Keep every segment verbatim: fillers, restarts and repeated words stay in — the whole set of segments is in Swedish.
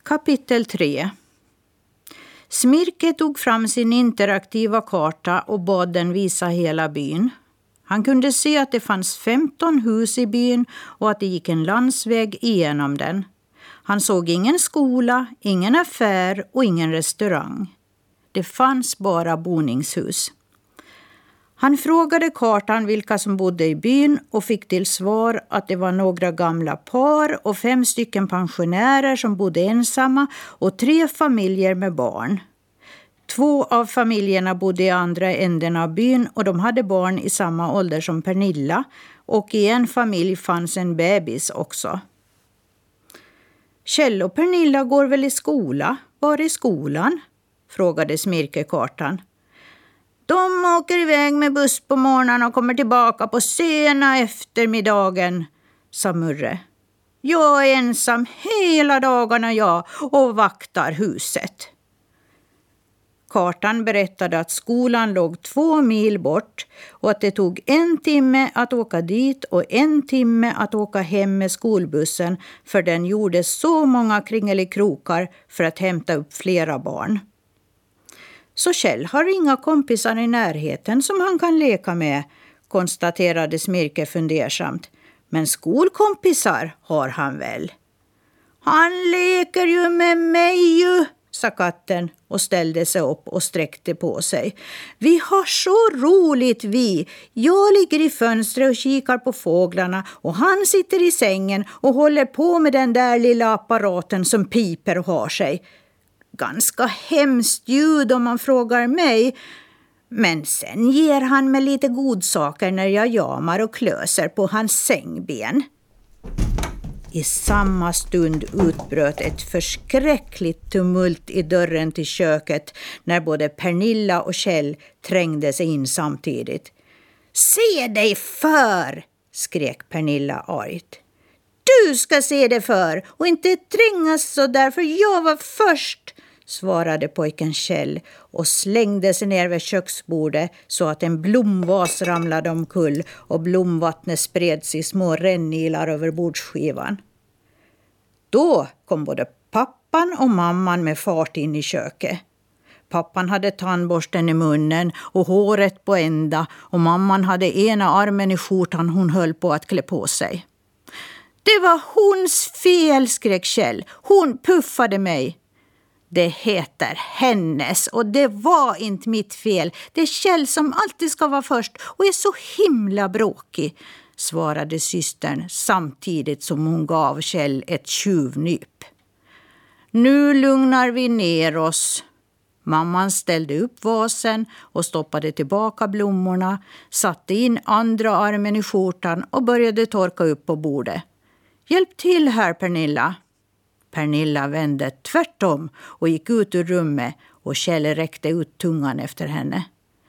Kapitel tre. Smirke tog fram sin interaktiva karta och bad den visa hela byn. Han kunde se att det fanns femton hus i byn och att det gick en landsväg igenom den. Han såg ingen skola, ingen affär och ingen restaurang. Det fanns bara boningshus. Han frågade kartan vilka som bodde i byn och fick till svar att det var några gamla par och fem stycken pensionärer som bodde ensamma och tre familjer med barn. Två av familjerna bodde i andra änden av byn och de hade barn i samma ålder som Pernilla, och i en familj fanns en bebis också. Kjell och Pernilla går väl i skola? Var är skolan? Frågade Smirke kartan. De åker iväg med buss på morgonen och kommer tillbaka på sena eftermiddagen, sa Murre. Jag är ensam hela dagarna jag och vaktar huset. Kartan berättade att skolan låg två mil bort och att det tog en timme att åka dit och en timme att åka hem med skolbussen, för den gjorde så många kringelikrokar för att hämta upp flera barn. Så Kjell har inga kompisar i närheten som han kan leka med, konstaterade Smirke fundersamt. Men skolkompisar har han väl? Han leker ju med mig ju, sa katten och ställde sig upp och sträckte på sig. Vi har så roligt vi. Jag ligger i fönstret och kikar på fåglarna och han sitter i sängen och håller på med den där lilla apparaten som piper och har sig. Ganska hemskt ljud om man frågar mig. Men sen ger han mig lite godsaker när jag jamar och klöser på hans sängben. I samma stund utbröt ett förskräckligt tumult i dörren till köket när både Pernilla och Kjell trängde sig in samtidigt. Se dig för, skrek Pernilla argt. Du ska se dig för och inte trängas så därför jag var först, svarade pojken Kjell och slängde sig ner vid köksbordet så att en blomvas ramlade omkull och blomvattnet spreds i små rännilar över bordsskivan. Då kom både pappan och mamman med fart in i köket. Pappan hade tandborsten i munnen och håret på ända och mamman hade ena armen i skjortan hon höll på att klä på sig. Det var hons fel, skrek Kjell. Hon puffade mig. Det heter hennes och det var inte mitt fel. Det är Kjell som alltid ska vara först och är så himla bråkig, svarade systern samtidigt som hon gav Kjell ett tjuvnyp. Nu lugnar vi ner oss. Mamman ställde upp vasen och stoppade tillbaka blommorna, satte in andra armen i skjortan och började torka upp på bordet. Hjälp till här, Pernilla. Pernilla vände tvärtom och gick ut ur rummet och Kjell räckte ut tungan efter henne.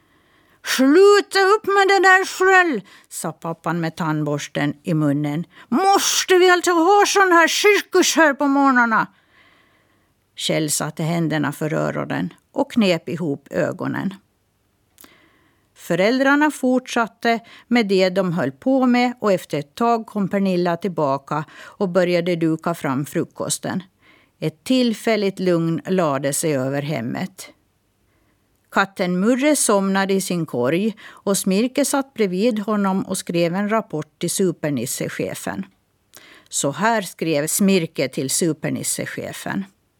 Sluta upp med det där själv, sa pappan med tandborsten i munnen. Måste vi alltså ha sån här cirkus här på morgnarna? Kjell satte händerna för öronen och knep ihop ögonen. Föräldrarna fortsatte med det de höll på med och efter ett tag kom Pernilla tillbaka och började duka fram frukosten. Ett tillfälligt lugn lade sig över hemmet. Katten Murre somnade i sin korg och Smirke satt bredvid honom och skrev en rapport till supernissechefen. Så här skrev Smirke till supernissechefen.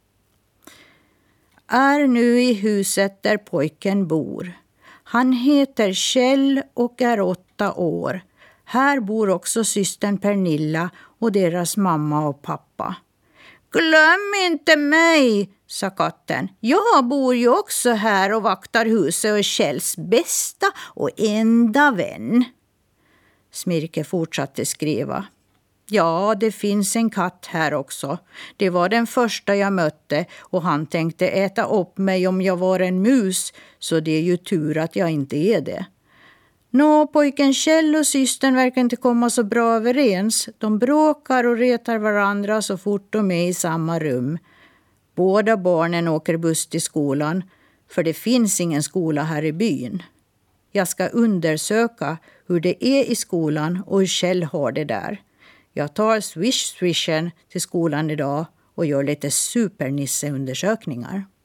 Är nu i huset där pojken bor. Han heter Kjell och är åtta år. Här bor också systern Pernilla och deras mamma och pappa. Glöm inte mig, sa katten. Jag bor ju också här och vaktar huset och Kjells bästa och enda vän. Smirke fortsatte skriva. Ja, det finns en katt här också. Det var den första jag mötte och han tänkte äta upp mig om jag var en mus, så det är ju tur att jag inte är det. Nå, pojken Kjell och systern verkar inte komma så bra överens. De bråkar och retar varandra så fort de är i samma rum. Båda barnen åker buss till skolan, för det finns ingen skola här i byn. Jag ska undersöka hur det är i skolan och hur Kjell har det där. Jag tar swish-swishen till skolan idag och gör lite supernisseundersökningar.